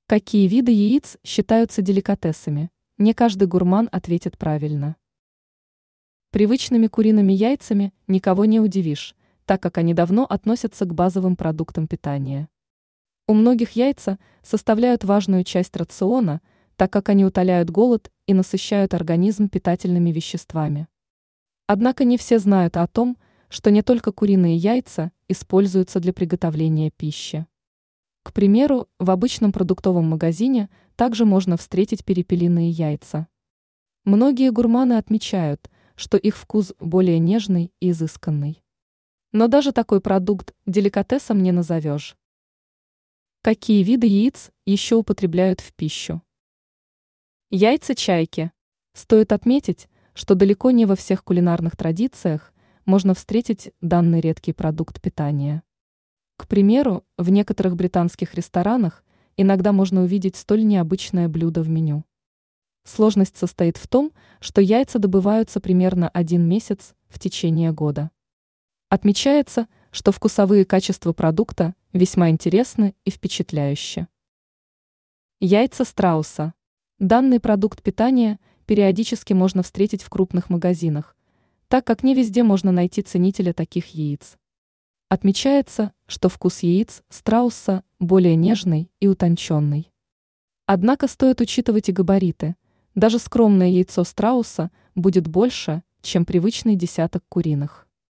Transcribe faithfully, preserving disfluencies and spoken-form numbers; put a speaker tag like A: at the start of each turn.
A: Какие виды яиц считаются деликатесами? Не каждый гурман ответит правильно. Привычными куриными яйцами никого не удивишь, так как они давно относятся к базовым продуктам питания. У многих яйца составляют важную часть рациона, так как они утоляют голод и насыщают организм питательными веществами. Однако не все знают о том, что не только куриные яйца используются для приготовления пищи. К примеру, в обычном продуктовом магазине также можно встретить перепелиные яйца. Многие гурманы отмечают, что их вкус более нежный и изысканный. Но даже такой продукт деликатесом не назовешь. Какие виды яиц еще употребляют в пищу? Яйца чайки. Стоит отметить, что далеко не во всех кулинарных традициях можно встретить данный редкий продукт питания. К примеру, в некоторых британских ресторанах иногда можно увидеть столь необычное блюдо в меню. Сложность состоит в том, что яйца добываются примерно один месяц в течение года. Отмечается, что вкусовые качества продукта весьма интересны и впечатляющие. Яйца страуса. Данный продукт питания периодически можно встретить в крупных магазинах, так как не везде можно найти ценителя таких яиц. Отмечается, что вкус яиц страуса более нежный и утонченный. Однако стоит учитывать и габариты. Даже скромное яйцо страуса будет больше, чем привычный десяток куриных.